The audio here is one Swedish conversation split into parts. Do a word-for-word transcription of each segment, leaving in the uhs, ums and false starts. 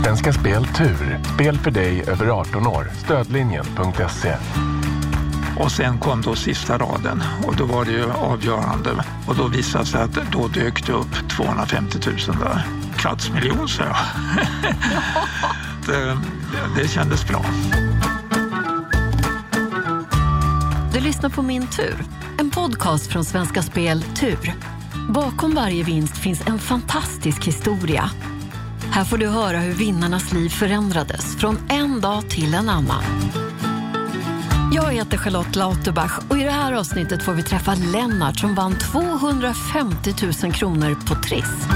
Svenska Spel Tur. Spel för dig över arton år. Stödlinjen punkt se. Och sen kom då sista raden och då var det ju avgörande. Och då visade sig att då dök det upp tvåhundrafemtio tusen där. Kvarts miljon, så jag. det, det kändes bra. Du lyssnar på Min tur. En podcast från Svenska Spel Tur. Bakom varje vinst finns en fantastisk historia. Här får du höra hur vinnarnas liv förändrades från en dag till en annan. Jag heter Charlotte Lauterbach och i det här avsnittet får vi träffa Lennart som vann tvåhundrafemtio tusen kronor på Triss.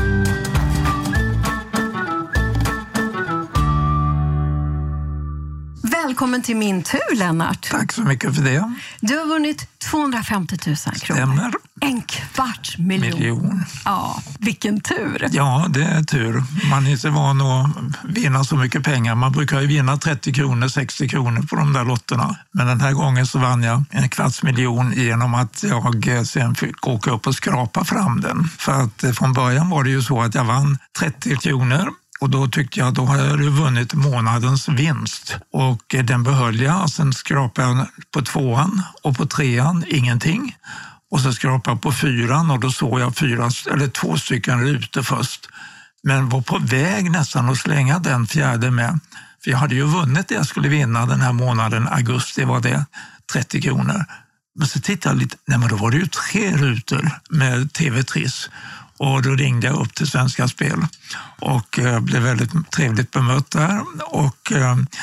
Välkommen till Min tur, Lennart. Tack så mycket för det. Du har vunnit tvåhundrafemtio tusen kronor. Stämmer. En kvarts miljon. miljon. Ja, vilken tur. Ja, det är tur. Man är inte van att vinna så mycket pengar. Man brukar ju vinna trettio kronor, sextio kronor på de där lotterna. Men den här gången så vann jag en kvarts miljon genom att jag sen fick åka upp och skrapa fram den. För att från början var det ju så att jag vann trettio kronor. Och då tyckte jag, då har jag vunnit månadens vinst. Och den behöll jag. Sen skrapade jag på tvåan och på trean ingenting. Och så skrapade jag på fyran och då såg jag fyra, eller två stycken rutor först. Men var på väg nästan att slänga den fjärde med. För jag hade ju vunnit det jag skulle vinna den här månaden, augusti var det, trettio kronor. Men så tittade jag lite, nej men då var det ju tre rutor med T V Triss. Och då ringde jag upp till Svenska Spel och blev väldigt trevligt bemött där. Och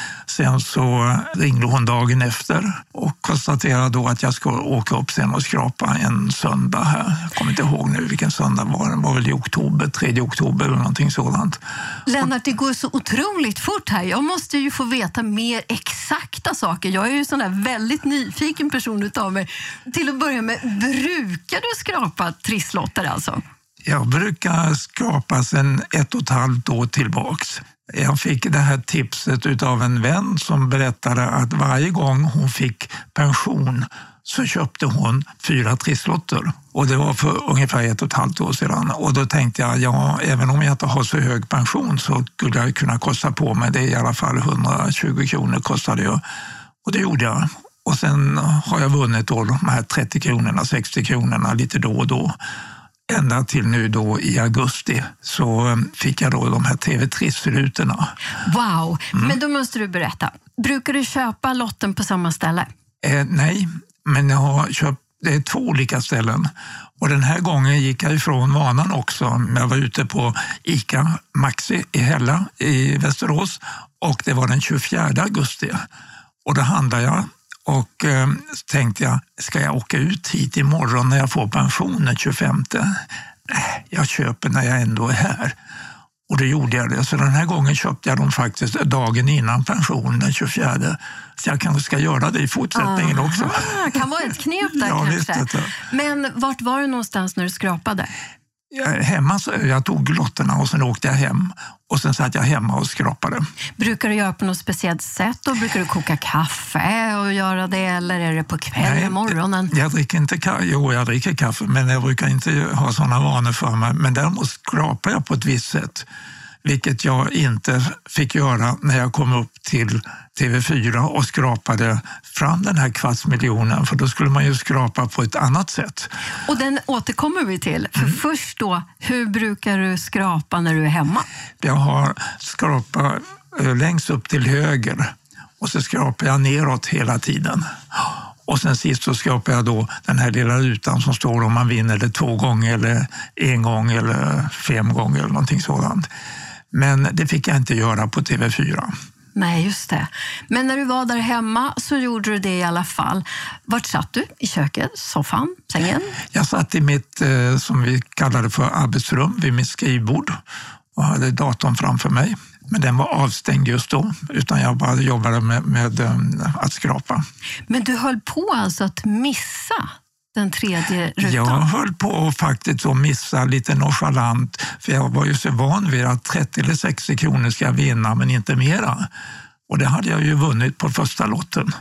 sen så ringde hon dagen efter och konstaterade då att jag skulle åka upp sen och skrapa en söndag här. Jag kommer inte ihåg nu vilken söndag var. Den var väl i oktober, tredje oktober eller någonting sådant. Lennart, det går så otroligt fort här. Jag måste ju få veta mer exakta saker. Jag är ju sån där väldigt nyfiken person utav mig. Till att börja med, brukar du skrapa trisslotter alltså? Jag brukar skrapa sedan ett och ett halvt år tillbaks. Jag fick det här tipset av en vän som berättade att varje gång hon fick pension så köpte hon fyra trisslotter. Och det var för ungefär ett och ett halvt år sedan. Och då tänkte jag, ja, även om jag inte har så hög pension så skulle jag kunna kosta på mig det. I alla fall hundratjugo kronor kostade jag. Och det gjorde jag. Och sen har jag vunnit då de här trettio kronorna, sextio kronorna lite då och då. Ända till nu då i augusti så fick jag då de här T V Triss-rutorna. Wow, mm. Men då måste du berätta. Brukar du köpa lotten på samma ställe? Eh, nej, men jag har köpt det är två olika ställen. Och den här gången gick jag ifrån vanan också. Jag var ute på ICA Maxi i Hälla i Västerås och det var den tjugofjärde augusti. Och då handlade jag. Och eh, tänkte jag, ska jag åka ut hit imorgon när jag får pension den tjugofemte? Nej, jag köper när jag ändå är här. Och det gjorde jag det. Så den här gången köpte jag dem faktiskt dagen innan pension den tjugofjärde. Så jag kanske ska göra det i fortsättningen Aha, också. Kan vara ett knep där ja, kanske. Visst, men vart var du någonstans när du skrapade? Jag, hemma, så jag tog lotterna och sen åkte jag hem. Och sen satt jag hemma och skrapade. Brukar du göra på något speciellt sätt då? Brukar du koka kaffe och göra det? Eller är det på kvällen, morgonen? Jag dricker inte kaffe. Jo, jag dricker kaffe. Men jag brukar inte ha sådana vanor för mig. Men däremot skrapar jag på ett visst sätt. Vilket jag inte fick göra när jag kom upp till T V fyra och skrapade fram den här kvartsmiljonen. För då skulle man ju skrapa på ett annat sätt. Och den återkommer vi till. För mm. först då, hur brukar du skrapa när du är hemma? Jag har skrapat längst upp till höger och så skrapar jag neråt hela tiden. Och sen sist så skrapar jag då den här lilla rutan som står om man vinner det två gånger eller en gång eller fem gånger eller någonting sådant. Men det fick jag inte göra på T V fyra. Nej, just det. Men när du var där hemma så gjorde du det i alla fall. Vart satt du? I köket? Soffan? Sängen? Jag satt i mitt, som vi kallade för arbetsrum, vid mitt skrivbord och hade datorn framför mig. Men den var avstängd just då, utan jag bara jobbade med, med att skrapa. Men du höll på alltså att missa den tredje rutan? Jag höll på faktiskt att missa lite nonchalant, för jag var ju så van vid att trettio eller sextio kronor ska jag vinna, men inte mera. Och det hade jag ju vunnit på första lotten.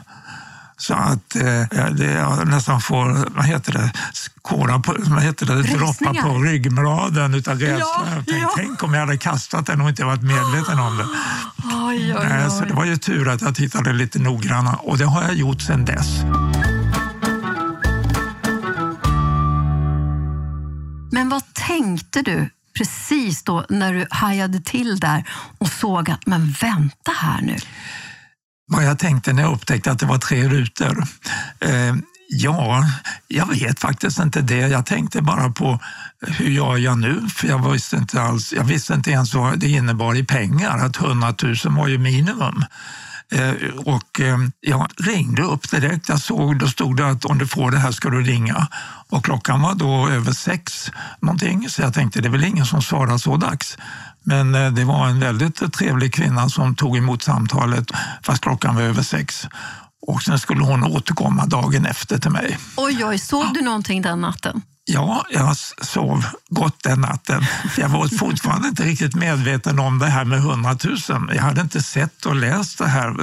Så att eh, det, jag nästan får, vad heter det, skåra på, vad heter det, droppa på ryggbladen utav rädsla. Ja, Tänk, ja. tänk om jag hade kastat den och inte varit medveten om det. Oj, oj, oj. Så det var ju tur att jag tittade lite noggrannare och det har jag gjort sedan dess. Men vad tänkte du precis då när du hajade till där och såg att, men vänta här nu? Vad jag tänkte när jag upptäckte att det var tre rutor? Eh, ja, jag vet faktiskt inte det. Jag tänkte bara på hur jag gör nu, för jag visste inte alls, jag visste inte ens vad det innebar i pengar, att hundratusen var ju minimum. Eh, och eh, jag ringde upp direkt, jag såg, då stod det att om du får det här ska du ringa. Och klockan var då över sex någonting, så jag tänkte det är väl ingen som svarar så dags. Men eh, det var en väldigt trevlig kvinna som tog emot samtalet fast klockan var över sex. Och sen skulle hon återkomma dagen efter till mig. Oj, oj, sov ja. du någonting den natten? Ja, jag sov gott den natten. Jag var fortfarande inte riktigt medveten om det här med hundratusen. Jag hade inte sett och läst det här.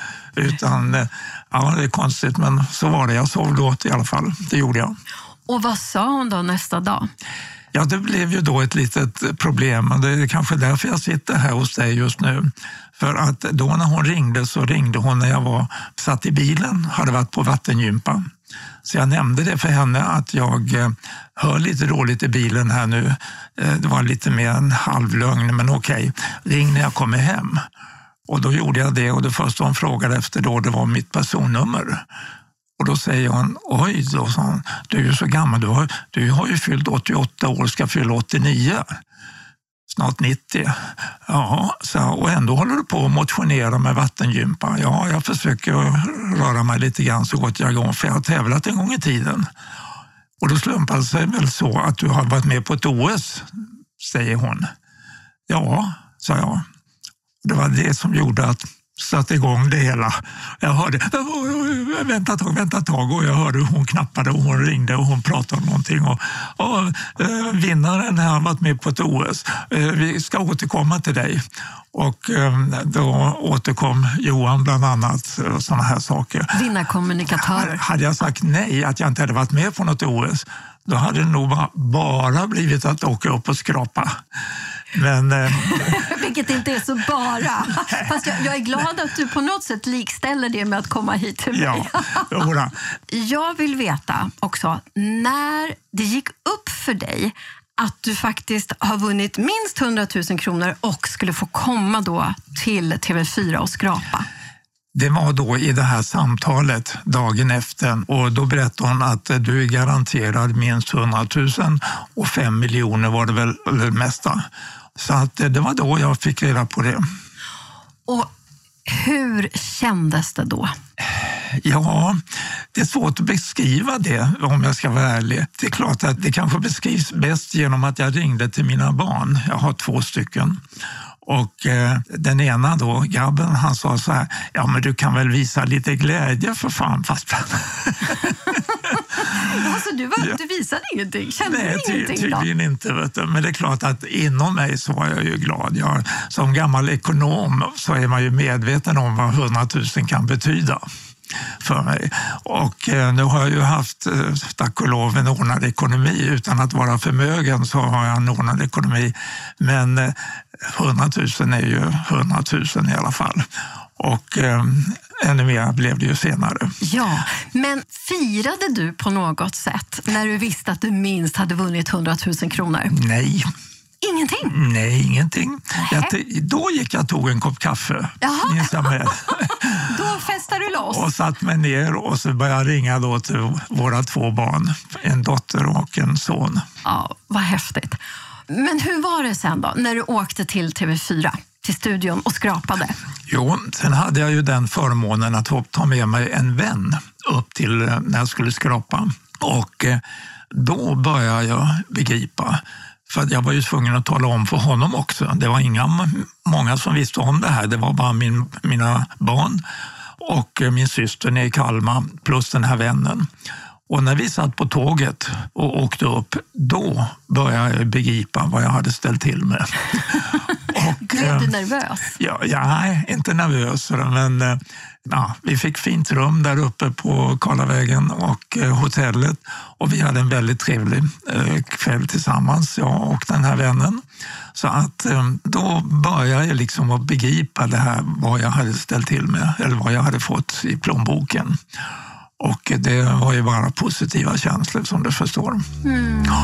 Utan, ja, det är konstigt, men så var det. Jag sov gott i alla fall. Det gjorde jag. Och vad sa hon då nästa dag? Ja, det blev ju då ett litet problem. Och det är kanske därför jag sitter här hos dig just nu. För att då när hon ringde så ringde hon när jag var satt i bilen, hade varit på vattengympa. Så jag nämnde det för henne att jag hör lite dåligt i bilen här nu. Det var lite mer en halvlögn, men okej, ring när jag kommer hem. Och då gjorde jag det och det första hon frågade efter då, det var mitt personnummer. Och då säger hon, oj, då sa hon, du är ju så gammal, du har, du har ju fyllt åttioåtta år, ska fylla åttionio. Snart nittio. Ja, så, och ändå håller du på att motionera med vattengympa. Ja, jag försöker röra mig lite grann så gott jag går, för jag har tävlat en gång i tiden. Och då slumpar det sig väl så att du har varit med på ett O S, säger hon. Ja, sa jag. Det var det som gjorde att satte igång det hela. Jag hörde, vänta ett tag, vänta ett tag, och jag hörde hur hon knappade och hon ringde och hon pratade om någonting. Och, och äh, vinnaren har varit med på ett O S. Äh, vi ska återkomma till dig. Och äh, då återkom Johan bland annat och sådana här saker. Vinnarkommunikatörer. Hade jag sagt nej, att jag inte hade varit med på något O S, då hade det nog bara blivit att åka upp och skrapa. Men, eh... Vilket inte är så bara. Fast jag, jag är glad att du på något sätt likställer det med att komma hit till mig. Ja, jag vill veta också, när det gick upp för dig att du faktiskt har vunnit minst hundratusen kronor och skulle få komma då till T V fyra och skrapa. Det var då i det här samtalet dagen efter, och då berättade hon att du är garanterad minst hundratusen och fem miljoner var det väl det mesta. Så att det var då jag fick reda på det. Och hur kändes det då? Ja, det är svårt att beskriva det om jag ska vara ärlig. Det är klart att det kanske beskrivs bäst genom att jag ringde till mina barn. Jag har två stycken. Och eh, den ena då, grabben, han sa så här, ja men du kan väl visa lite glädje för fan, fast... Alltså du, var, ja. du visade ingenting, kände Nej, du ingenting ty- tydligen då? inte, vet du. Men det är klart att inom mig så var jag ju glad. Jag, som gammal ekonom så är man ju medveten om vad hundratusen kan betyda för mig. Och eh, nu har jag ju haft, eh, tack och lov, en ordnad ekonomi. Utan att vara förmögen så har jag en ordnad ekonomi. Men eh, hundratusen är ju hundratusen i alla fall. Och eh, ännu mer blev det ju senare. Ja, men firade du på något sätt när du visste att du minst hade vunnit hundratusen kronor? Nej. Ingenting? Nej, ingenting. Jag, då gick jag och tog en kopp kaffe. Jaha. Med. Då festade du loss. Och satt mig ner och så började jag ringa då till våra två barn. En dotter och en son. Ja, vad häftigt. Men hur var det sen då, när du åkte till T V fyra, till studion och skrapade? Jo, sen hade jag ju den förmånen att ta med mig en vän upp till när jag skulle skrapa. Och då började jag begripa. För jag var ju tvungen att tala om för honom också. Det var inga många som visste om det här. Det var bara min, mina barn och min syster nere i Kalmar plus den här vännen. Och när vi satt på tåget och åkte upp, då började jag begripa vad jag hade ställt till med. Och, blev du nervös? Ja, ja, nej, inte nervös, men ja, vi fick fint rum där uppe på Karlavägen och eh, hotellet. Och vi hade en väldigt trevlig eh, kväll tillsammans, jag och den här vännen. Så att eh, då började jag liksom att begripa det här, vad jag hade ställt till med, eller vad jag hade fått i plånboken. Och det var ju bara positiva känslor, som du förstår. Mm. Ja.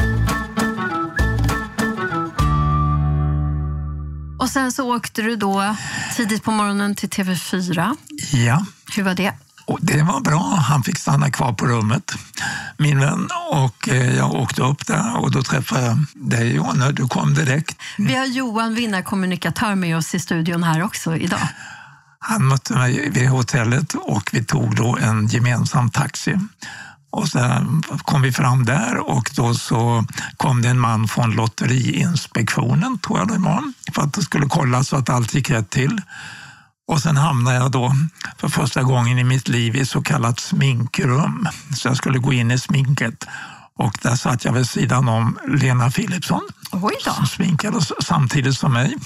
Och sen så åkte du då tidigt på morgonen till T V fyra. Ja. Hur var det? Och det var bra. Han fick stanna kvar på rummet, min vän. Och jag åkte upp där och då träffade jag dig, Johanna. Du kom direkt. Vi har Johan, vinnarkommunikatör, med oss i studion här också idag. Han mötte mig vid hotellet och vi tog då en gemensam taxi. Och sen kom vi fram där och då så kom det en man från Lotteriinspektionen, tror jag det var, för att det skulle kolla så att allt gick rätt till. Och sen hamnade jag då för första gången i mitt liv i så kallat sminkrum. Så jag skulle gå in i sminket. Och där satt jag vid sidan om Lena Philipsson. Oj då. Som sminkade samtidigt som mig.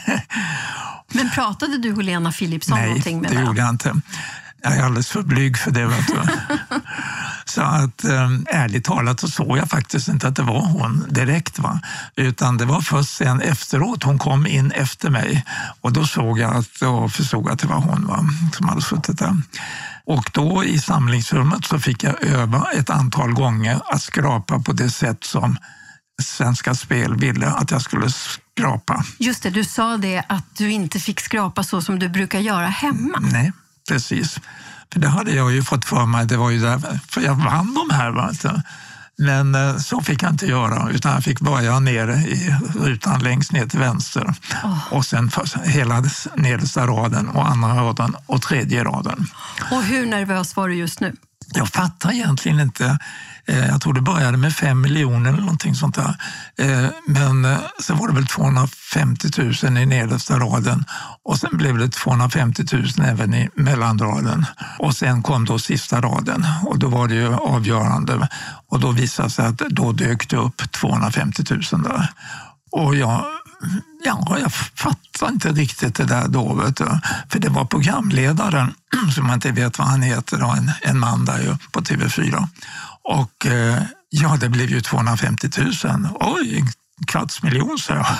Men pratade du och Lena Philipsson Nej, någonting med det varandra? gjorde jag inte. Jag är alldeles för blyg för det, vet du. Så att ärligt talat så såg jag faktiskt inte att det var hon direkt, va? Utan det var först sen efteråt, hon kom in efter mig och då såg jag att, och förstod att det var hon, va, som hade suttit där. Och då i samlingsrummet så fick jag öva ett antal gånger att skrapa på det sätt som Svenska Spel ville att jag skulle skrapa. Just det, du sa det att du inte fick skrapa så som du brukar göra hemma. Nej, precis. För det hade jag ju fått för mig, det var ju där, för jag vann de här, va? Men så fick jag inte göra, utan jag fick börja nere i rutan längst ner till vänster. Oh. Och sen hela nedersta raden och andra raden och tredje raden. Och hur nervös var du just nu? Jag fattar egentligen inte. Jag tror det började med fem miljoner eller någonting sånt där. Men så var det väl tvåhundrafemtio tusen i nedersta raden och sen blev det tvåhundrafemtio tusen även i mellanraden. Och sen kom då sista raden och då var det ju avgörande. Och då visade sig att då dök det upp tvåhundrafemtio tusen där. Och jag... Ja, jag fattar inte riktigt det där då, vet du. För det var programledaren, som man inte vet vad han heter, då, en, en man där ju på T V fyra. Och eh, ja, det blev ju tvåhundrafemtio tusen. Oj, en kvarts miljon, så jag.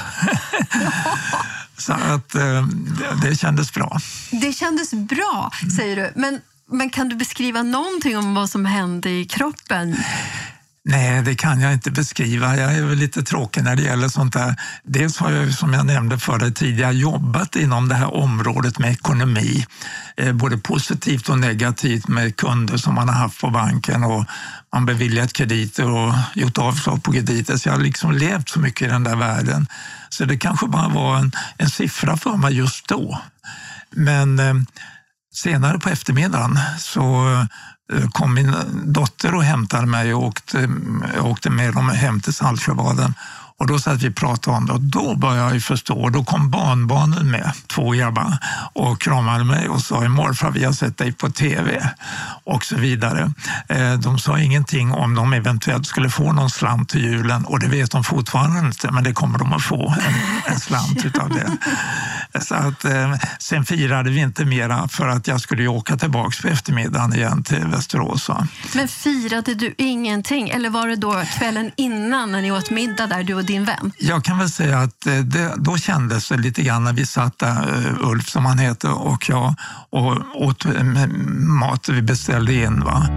Så att eh, det, det kändes bra. Det kändes bra, säger du. Men, men kan du beskriva någonting om vad som hände i kroppen? Nej, det kan jag inte beskriva. Jag är väl lite tråkig när det gäller sånt där. Dels har jag, som jag nämnde för dig tidigare, jobbat inom det här området med ekonomi. Eh, både positivt och negativt med kunder som man har haft på banken och man beviljat krediter och gjort avslag på krediter. Så jag har liksom levt så mycket i den där världen. Så det kanske bara var en, en siffra för mig just då. Men eh, senare på eftermiddagen så kom min dotter och hämtade mig och åkte, jag åkte med dem hem till Saltsjöbaden. Och då satt vi och pratade om det och då började jag förstå. Då kom barnbarnen med, två grabbar, och kramade mig och sa: morfar, vi har sett dig på tv och så vidare. De sa ingenting om de eventuellt skulle få någon slant till julen och det vet de fortfarande inte, men det kommer de att få, en, en slant utav det. Så att, sen firade vi inte mera för att jag skulle åka tillbaka på eftermiddagen igen till Västerås. Men firade du ingenting? Eller var det då kvällen innan när ni åt middag där, du och din vän? Jag kan väl säga att det, då kändes det lite grann när vi satt där, Ulf som han heter, och jag och åt mat vi beställde in, va.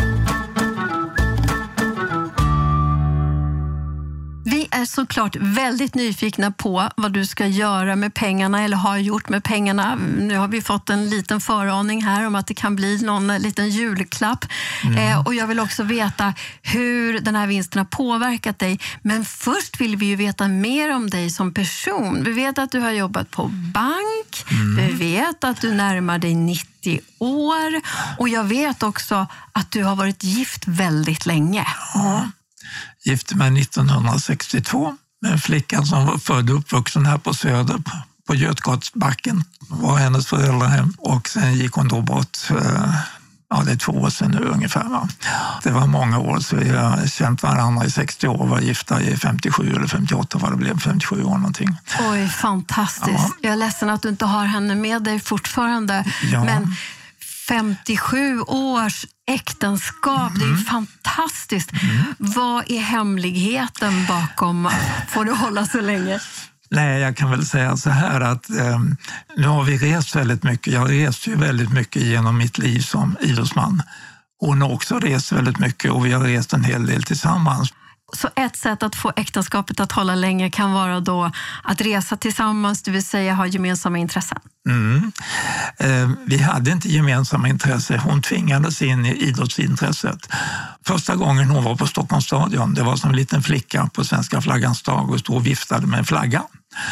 Vi är såklart väldigt nyfikna på vad du ska göra med pengarna eller har gjort med pengarna. Nu har vi fått en liten föraning här om att det kan bli någon liten julklapp. Mm. Eh, och jag vill också veta hur den här vinsten har påverkat dig. Men först vill vi ju veta mer om dig som person. Vi vet att du har jobbat på bank. Mm. Vi vet att du närmar dig nittio år. Och jag vet också att du har varit gift väldigt länge. Ja. Gifte mig nittonhundrasextiotvå med en flicka som var född och uppvuxen här på Söder på Götgatsbacken, var hennes föräldrahem, och sen gick hon då bort Ja, det är två år sedan nu ungefär. Va? Det var många år, så vi har känt varandra i sextio år, var gifta i femtiosju eller femtioåtta, vad det blev, femtiosju år någonting. Oj, fantastiskt. Ja. Jag är ledsen att du inte har henne med dig fortfarande, ja. Men femtiosju års äktenskap, mm. det är ju fantastiskt. Mm. Vad är hemligheten bakom att få det hålla så länge? Nej, jag kan väl säga så här att eh, nu har vi rest väldigt mycket. Jag har rest ju väldigt mycket genom mitt liv som idrottsman. Hon har också rest väldigt mycket och vi har rest en hel del tillsammans. Så ett sätt att få äktenskapet att hålla länge kan vara då att resa tillsammans, det vill säga ha gemensamma intressen? Mm. Eh, vi hade inte gemensamma intressen. Hon tvingades in i idrottsintresset. Första gången hon var på Stockholms stadion, det var som en liten flicka på svenska flaggans dag och stod och viftade med en flagga.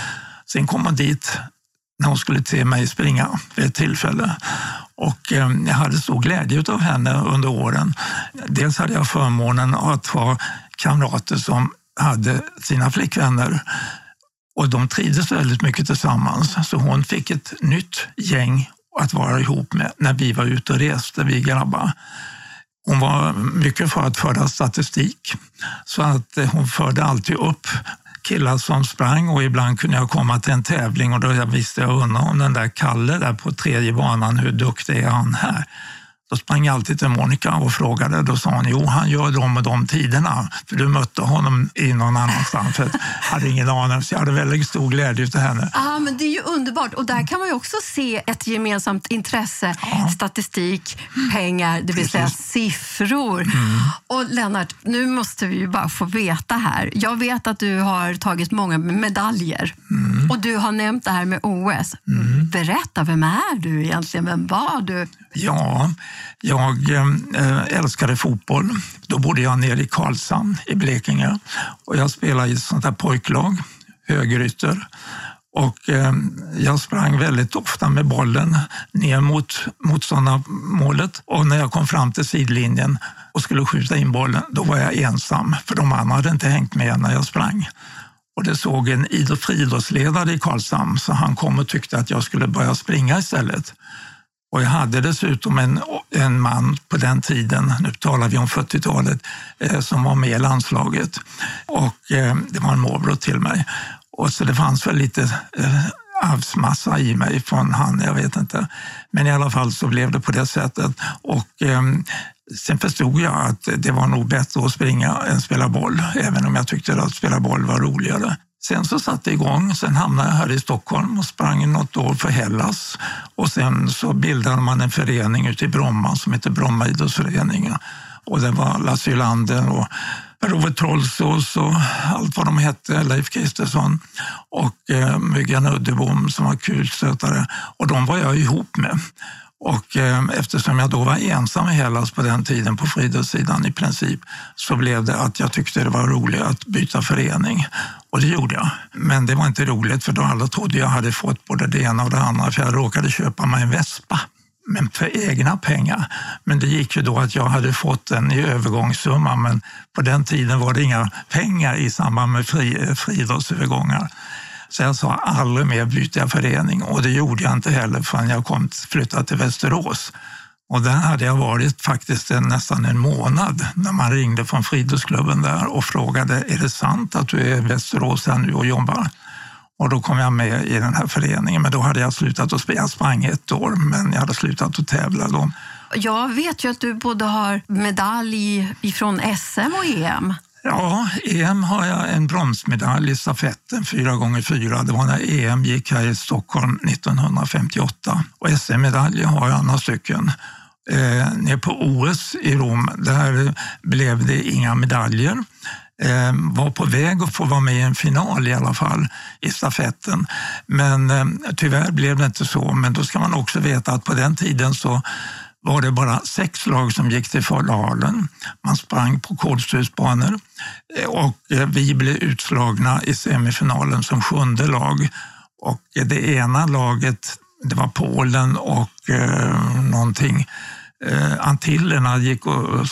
Sen kom hon dit när hon skulle se mig springa vid ett tillfälle. Och eh, jag hade stor glädje av henne under åren. Dels hade jag förmånen att ha kamrater som hade sina flickvänner och de trivdes väldigt mycket tillsammans. Så hon fick ett nytt gäng att vara ihop med när vi var ute och reste, vi grabbar. Hon var mycket för att föra statistik, så att hon förde alltid upp killar som sprang och ibland kunde jag komma till en tävling och då jag visste jag undra om den där Kalle där på tredje banan, hur duktig är han här? Då sprang jag alltid till Monica och frågade. Då sa hon, jo han gör de och de tiderna. För du mötte honom i någon annanstans. För jag hade ingen aning, så jag hade väldigt stor glädje utav henne. Ja, men det är ju underbart. Och där kan man ju också se ett gemensamt intresse. Ja. Statistik, pengar, det vill Precis. säga siffror. Mm. Och Lennart, nu måste vi ju bara få veta här. Jag vet att du har tagit många medaljer. Mm. Och du har nämnt det här med O S. Mm. Berätta, vem är du egentligen? Vem var du? Ja, jag äh, älskade fotboll. Då bodde jag nere i Karlshamn i Blekinge och jag spelade i ett sånt här pojklag, högerytter. Och äh, jag sprang väldigt ofta med bollen ner mot motståndarmålet och när jag kom fram till sidlinjen och skulle skjuta in bollen, då var jag ensam för de andra hade inte hängt med när jag sprang. Och det såg en friidrottsledare i Karlshamn, så han kom och tyckte att jag skulle börja springa istället. Och jag hade dessutom en, en man på den tiden, nu talar vi om fyrtiotalet, eh, som var med i landslaget. Och eh, det var en morbror till mig. Och så det fanns väl lite eh, arvsmassa i mig från han, jag vet inte. Men i alla fall så blev det på det sättet. Och eh, sen förstod jag att det var nog bättre att springa än spela boll. Även om jag tyckte att spela boll var roligare. Sen så satte jag igång, sen hamnade jag här i Stockholm och sprang något år för Hellas. Och sen så bildade man en förening ute i Bromma som heter Bromma idrottsföreningen. Och det var Lasse Ylander och Robert Trollsås och allt vad de hette, Leif Kristersson och eh, Myggan Uddebom som var kulstötare. Och de var jag ihop med. Och eh, eftersom jag då var ensam i Hellas på den tiden på friidrottssidan i princip, så blev det att jag tyckte det var roligt att byta förening. Och det gjorde jag. Men det var inte roligt för då alla trodde jag hade fått både det ena och det andra, för jag råkade köpa mig en Vespa. Men för egna pengar. Men det gick ju då att jag hade fått den i övergångssumma, men på den tiden var det inga pengar i samband med fri, friidrottsövergångar. Så jag sa aldrig mer byta förening, och det gjorde jag inte heller förrän jag kom flyttade till Västerås. Och där hade jag varit faktiskt en, nästan en månad när man ringde från friidrottsklubben där och frågade, är det sant att du är i Västerås här nu och jobbar? Och då kom jag med i den här föreningen, men då hade jag slutat att spela. Jag sprang ett år, men jag hade slutat att tävla då. Jag vet ju att du både har medalj ifrån S M och E M. Ja, E M har jag en bronsmedalj i stafetten fyra gånger fyra. Det var när E M gick här i Stockholm nittonhundrafemtioåtta. Och S M-medaljer har jag några stycken. Eh, ner på O S i Rom, där blev det inga medaljer. Eh, var på väg att få vara med i en final i alla fall i stafetten. Men eh, tyvärr blev det inte så. Men då ska man också veta att på den tiden så var det bara sex lag som gick till finalen. Man sprang på kodstudsbanor och vi blev utslagna i semifinalen som sjunde lag. Och det ena laget, det var Polen och eh, någonting. Eh, Antillerna gick och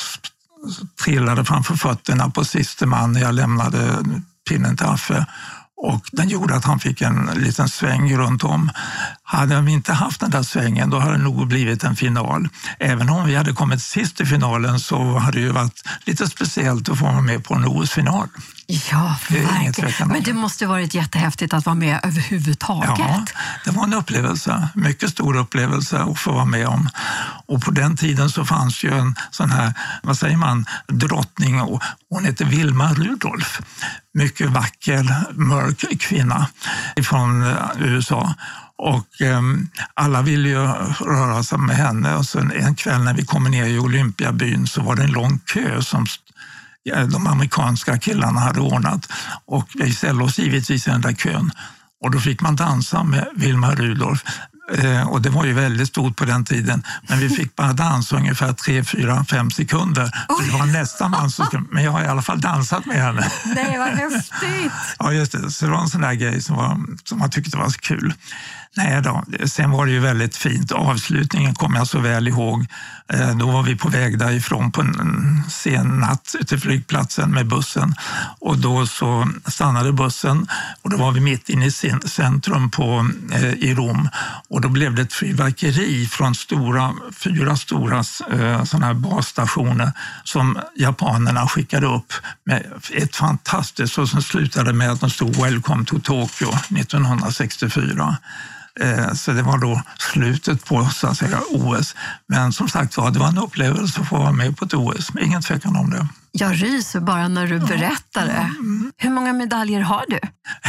trillade framför fötterna på sista man när jag lämnade pinnen till Affe. Och den gjorde att han fick en liten sväng runt om. Hade vi inte haft den där svängen, då hade det nog blivit en final. Även om vi hade kommit sist i finalen så hade det ju varit lite speciellt att få vara med på en O S-final. Ja, verkligen. Men det måste varit jättehäftigt att vara med överhuvudtaget. Ja, det var en upplevelse. Mycket stor upplevelse att få vara med om. Och på den tiden så fanns ju en sån här, vad säger man, drottning, och hon heter Vilma Rudolph. Mycket vacker, mörk kvinna från U S A. Och eh, alla ville ju röra sig med henne. Och sen en kväll när vi kom ner i Olympiabyn så var det en lång kö som de amerikanska killarna hade ordnat. Och vi ställde oss givetvis i den där kön. Och då fick man dansa med Vilma Rudolph. Eh, och det var ju väldigt stort på den tiden. Men vi fick bara dansa ungefär tre, fyra, fem sekunder. Det var nästan man som skulle, men jag har i alla fall dansat med henne. Det var häftigt! Ja, just det. Så det var en sån där grej som, var, som man tyckte var så kul. Nej då, sen var det ju väldigt fint. Avslutningen kommer jag så väl ihåg. Då var vi på väg därifrån på en sen natt till flygplatsen med bussen. Och då så stannade bussen och då var vi mitt inne i centrum på, eh, i Rom. Och då blev det ett fyrverkeri från stora, fyra stora eh, såna här basstationer som japanerna skickade upp med ett fantastiskt, och sen slutade med att de stod Welcome to Tokyo nittonhundrasextiofyra. Så det var då slutet på, så att säga, O S. Men som sagt var, det var en upplevelse att få vara med på ett O S. Ingen tvekan om det. Jag ryser bara när du berättar det. Mm. Hur många medaljer har du?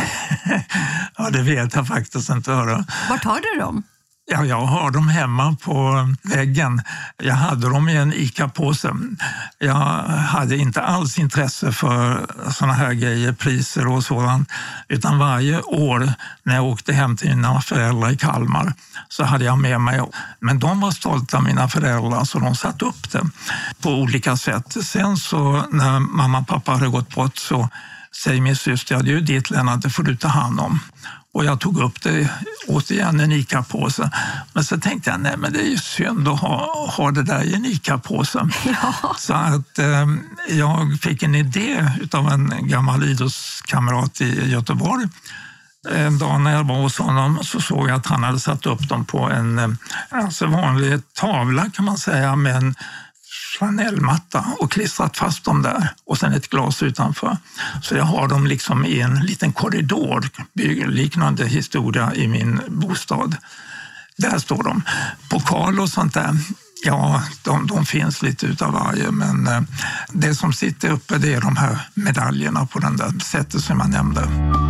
Ja, det vet jag faktiskt inte. Vart har du dem? Ja, jag har dem hemma på väggen. Jag hade dem i en ICA-påse. Jag hade inte alls intresse för såna här grejer, priser och sådant. Utan varje år när jag åkte hem till mina föräldrar i Kalmar så hade jag med mig. Men de var stolta av mina föräldrar så de satt upp det på olika sätt. Sen så när mamma och pappa hade gått bort så säger min syster, ja, det är ju ditt, Lennart, det får du ta hand om. Och jag tog upp det, återigen en ICA-påse. Men så tänkte jag, nej men det är ju synd att ha, ha det där i en ICA-påse. Ja. Så att eh, jag fick en idé av en gammal idrottskamrat i Göteborg. En dag när jag var hos honom så såg jag att han hade satt upp dem på en alltså vanlig tavla kan man säga, med en flanellmatta och klistrat fast dem där och sen ett glas utanför. Så jag har dem liksom i en liten korridor, liknande historia i min bostad. Där står de. Pokal och sånt där, ja, de, de finns lite utav varje, men eh, det som sitter uppe det är de här medaljerna på den där sättet som man nämnde.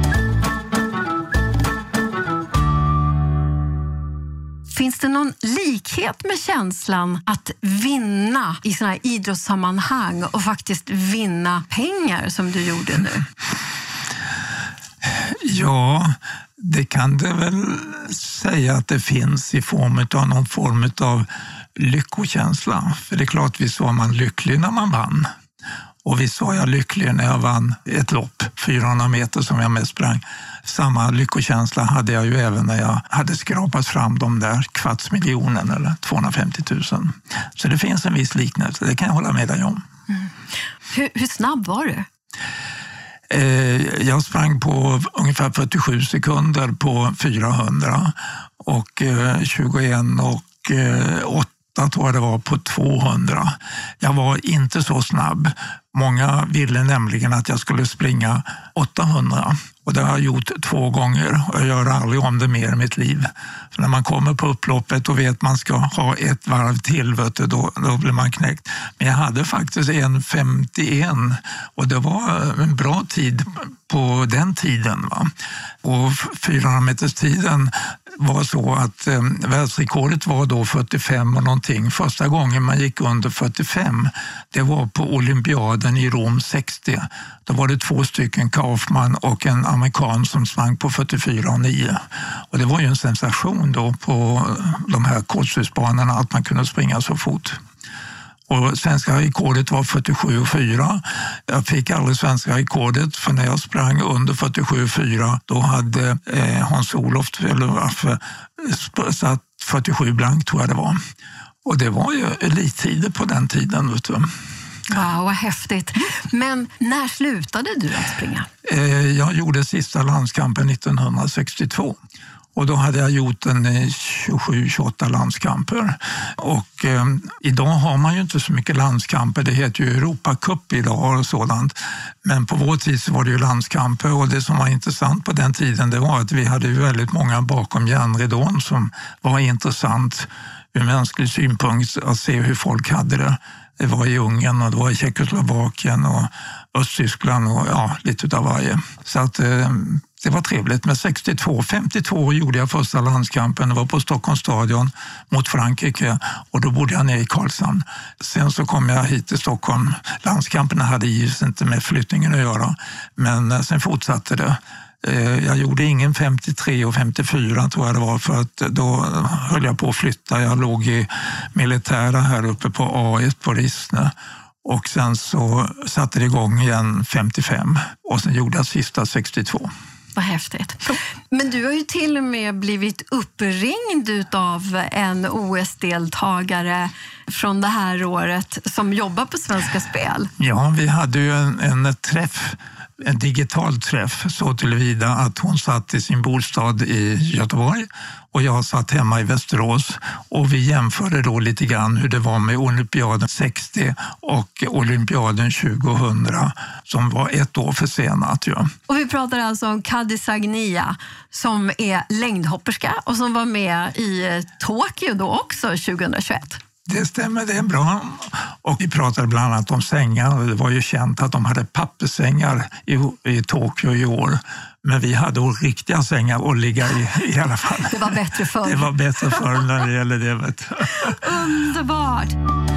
Finns det någon likhet med känslan att vinna i såna här idrottssammanhang och faktiskt vinna pengar som du gjorde nu? Ja, det kan det väl säga att det finns i form av någon form av lyckokänsla. För det är klart, visst var man lycklig när man vann. Och visst var jag lycklig när jag vann ett lopp, fyrahundra meter som jag mest sprang. Samma lyckokänsla hade jag ju även när jag hade skrapat fram de där kvarts miljonen eller tvåhundrafemtio tusen. Så det finns en viss liknelse, det kan jag hålla med dig om. Mm. Hur, hur snabb var du? Eh, jag sprang på ungefär fyrtiosju sekunder på fyrahundra och eh, tjugoett och eh, åtta tror jag det var på tvåhundra. Jag var inte så snabb. Många ville nämligen att jag skulle springa åttahundra. Och det har jag gjort två gånger och jag gör aldrig om det mer i mitt liv. För när man kommer på upploppet och vet att man ska ha ett varv till, vet du, då, då blir man knäckt. Men jag hade faktiskt en femtioen och det var en bra tid på den tiden. Va? Och fyrahundra meters tiden var så att eh, världsrekordet var då fyrtiofem och någonting. Första gången man gick under fyrtiofem, det var på olympiaden i Rom sextio. Då var det två stycken, Kaufman och en amerikan som sprang på fyrtiofyra och nio. Och det var ju en sensation då på de här kortstudsbanorna att man kunde springa så fort. Och svenska rekordet var fyrtiosju och fyra. Jag fick aldrig svenska rekordet för när jag sprang under fyrtiosju och fyra då hade eh, Hans-Olof eller varför satt fyrtiosju blank tror jag det var. Och det var ju elittider på den tiden, vet du. Wow, vad häftigt. Men när slutade du att springa? Eh, jag gjorde sista landskampen nittonhundrasextiotvå. Och då hade jag gjort en tjugosju tjugoåtta landskamper. Och eh, idag har man ju inte så mycket landskamper. Det heter ju Europacup idag och sådant. Men på vår tid så var det ju landskamper. Och det som var intressant på den tiden, det var att vi hade ju väldigt många bakom järnridån som var intressant ur mänsklig synpunkt att se hur folk hade det. Det var i Ungern och det var i Tjeckoslovakien och Östtyskland och ja, lite av varje. Så att eh, det var trevligt. Men sextiotvå femtiotvå gjorde jag första landskampen. Det var på Stockholms stadion mot Frankrike och då bodde jag nere i Karlshamn. Sen så kom jag hit till Stockholm. Landskamperna hade givetvis inte med flyttningen att göra, men sen fortsatte det. Jag gjorde ingen femtiotre och femtiofyra tror jag det var, för att då höll jag på att flytta. Jag låg i militära här uppe på A ett på Rissne och sen så satte det igång igen femtiofem och sen gjorde jag sista sextiotvå. Vad häftigt. Men du har ju till och med blivit uppringd av en O S-deltagare från det här året som jobbar på Svenska Spel. Ja, vi hade ju en, en träff, en digital träff så tillvida att hon satt i sin bostad i Göteborg och jag satt hemma i Västerås och vi jämförde då lite grann hur det var med olympiaden sextio och olympiaden tjugohundra som var ett år försenat. Ja. Och vi pratar alltså om Kadi Sagnia som är längdhopperska och som var med i Tokyo då också tjugohundratjugoett. Det stämmer, det är bra. Och vi pratade bland annat om sängar. Det var ju känt att de hade pappersängar i, i Tokyo i år. Men vi hade riktiga sängar att ligga i i alla fall. Det var bättre förr. Det var bättre förr när det gäller det. Vet. Underbart!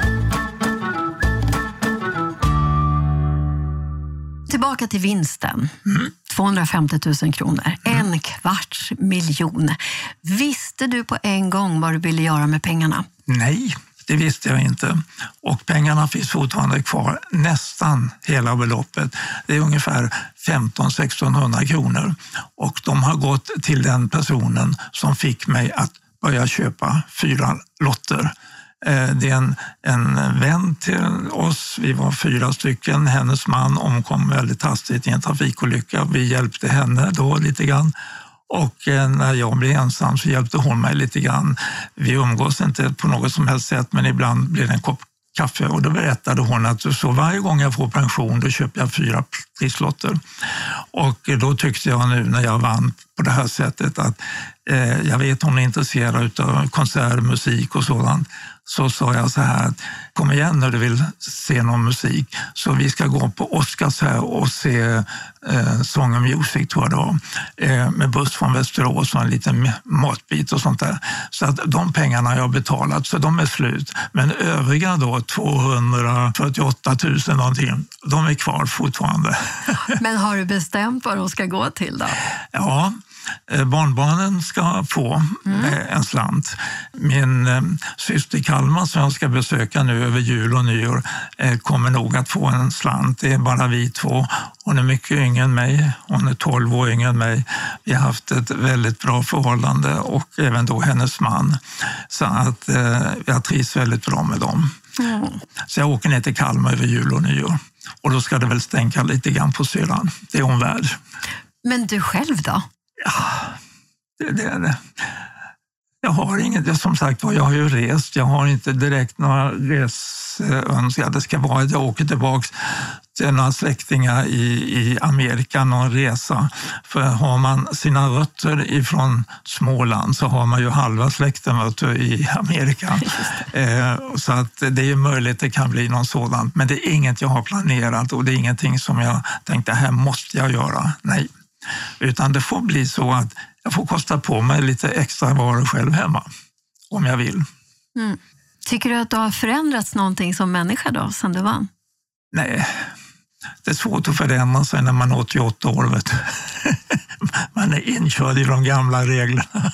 Tillbaka till vinsten. Mm. tvåhundrafemtio tusen kronor. Mm. En kvarts miljon. Visste du på en gång vad du ville göra med pengarna? Nej. Det visste jag inte. Och pengarna finns fortfarande kvar, nästan hela beloppet. Det är ungefär femton sextonhundra kronor. Och de har gått till den personen som fick mig att börja köpa fyra lotter. Det är en, en vän till oss, vi var fyra stycken. Hennes man omkom väldigt hastigt i en trafikolycka. Vi hjälpte henne då lite grann. Och när jag blev ensam så hjälpte hon mig lite grann. Vi umgås inte på något som helst sätt, men ibland blir det en kopp kaffe. Och då berättade hon att så varje gång jag får pension då köper jag fyra trisslotter. Och då tyckte jag nu när jag vann på det här sättet att eh, jag vet hon är intresserad av konsert, musik och sådant. Så sa jag så här, kom igen när du vill se någon musik. Så vi ska gå på Oscars här och se eh, Song and Music tror jag det var. Eh, med buss från Västerås och en liten matbit och sånt där. Så att de pengarna har jag betalat så de är slut. Men övriga då, tvåhundrafyrtioåtta tusen någonting, de är kvar fortfarande. Men har du bestämt vad de ska gå till då? Ja. Barnbarnen ska få mm. en slant. Min eh, syster Kalmar som jag ska besöka nu över jul och nyår eh, kommer nog att få en slant. Det är bara vi två. Hon är mycket yngre än mig. Hon är tolv år yngre än mig. Vi har haft ett väldigt bra förhållande och även då hennes man. Så att eh, jag trivs väldigt bra med dem. Mm. Så jag åker ner till Kalmar över jul och nyår. Och då ska det väl stänka lite grann på syran. Det är hon värd. Men du själv då? Ja, det, det är det. Jag har inget, som sagt var, jag har ju rest. Jag har inte direkt några resönskar. Det ska vara att jag åker tillbaka till några släktingar i, i Amerika, någon resa. För har man sina rötter ifrån Småland så har man ju halva släkten i Amerika. Eh, så att det är ju möjligt att det kan bli något sådant. Men det är inget jag har planerat och det är ingenting som jag tänkte, här måste jag göra. Nej. Utan det får bli så att jag får kosta på mig lite extra varor själv hemma, om jag vill. Mm. Tycker du att du har förändrats någonting som människa då, sen du vann? Nej, det är svårt att förändra sig när man är åttioåtta år. Vet du. Man är inkörd i de gamla reglerna.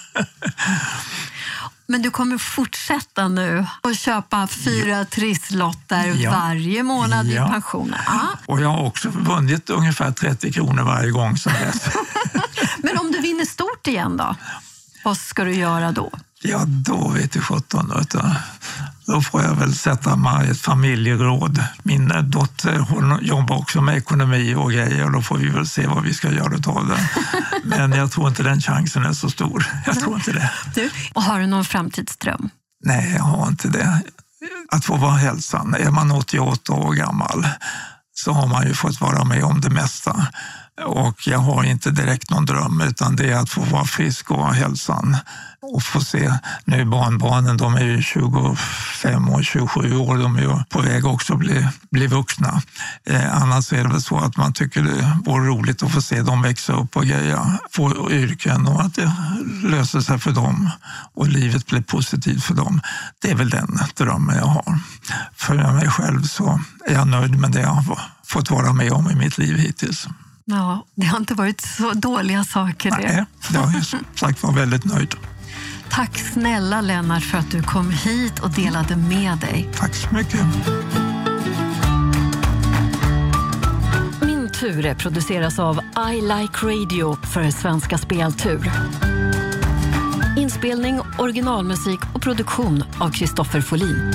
Men du kommer fortsätta nu och köpa fyra ja. trisslotter ja. varje månad ja. i pensionen. Ah. Och jag har också vunnit ungefär trettio kronor varje gång som helst. Men om du vinner stort igen då? Vad ska du göra då? Ja, då vet du sjutton. Då får jag väl sätta mig i ett familjeråd. Min dotter hon jobbar också med ekonomi och grejer och då får vi väl se vad vi ska göra av det. Men jag tror inte den chansen är så stor. Jag tror inte det. Du, och har du någon framtidsdröm? Nej, jag har inte det. Att få vara hälsan. Är man åttioåtta år gammal så har man ju fått vara med om det mesta. Och jag har inte direkt någon dröm utan det är att få vara frisk och ha hälsan. Och få se nu barnbarnen, de är ju tjugofem och tjugosju år, de är ju på väg också att bli, bli vuxna. Eh, annars är det väl så att man tycker det vore roligt att få se dem växa upp och greja, få yrken och att det löser sig för dem och livet blir positivt för dem. Det är väl den drömmen jag har. För mig själv så är jag nöjd med det jag har fått vara med om i mitt liv hittills. Ja, det har inte varit så dåliga saker det. Nej, jag har som sagt var väldigt nöjd. Tack snälla Lennart för att du kom hit och delade med dig. Tack så mycket. Min tur produceras av I Like Radio för Svenska Speltur. Inspelning, originalmusik och produktion av Kristoffer Folin.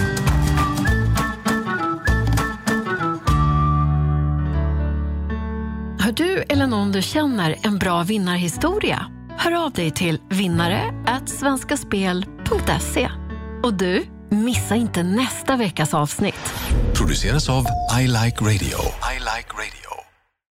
Har du eller någon du känner en bra vinnarhistoria? Hör av dig till vinnare at svenskaspel punkt se. Och du, missa inte nästa veckas avsnitt. Produceras av I Like Radio. I Like Radio.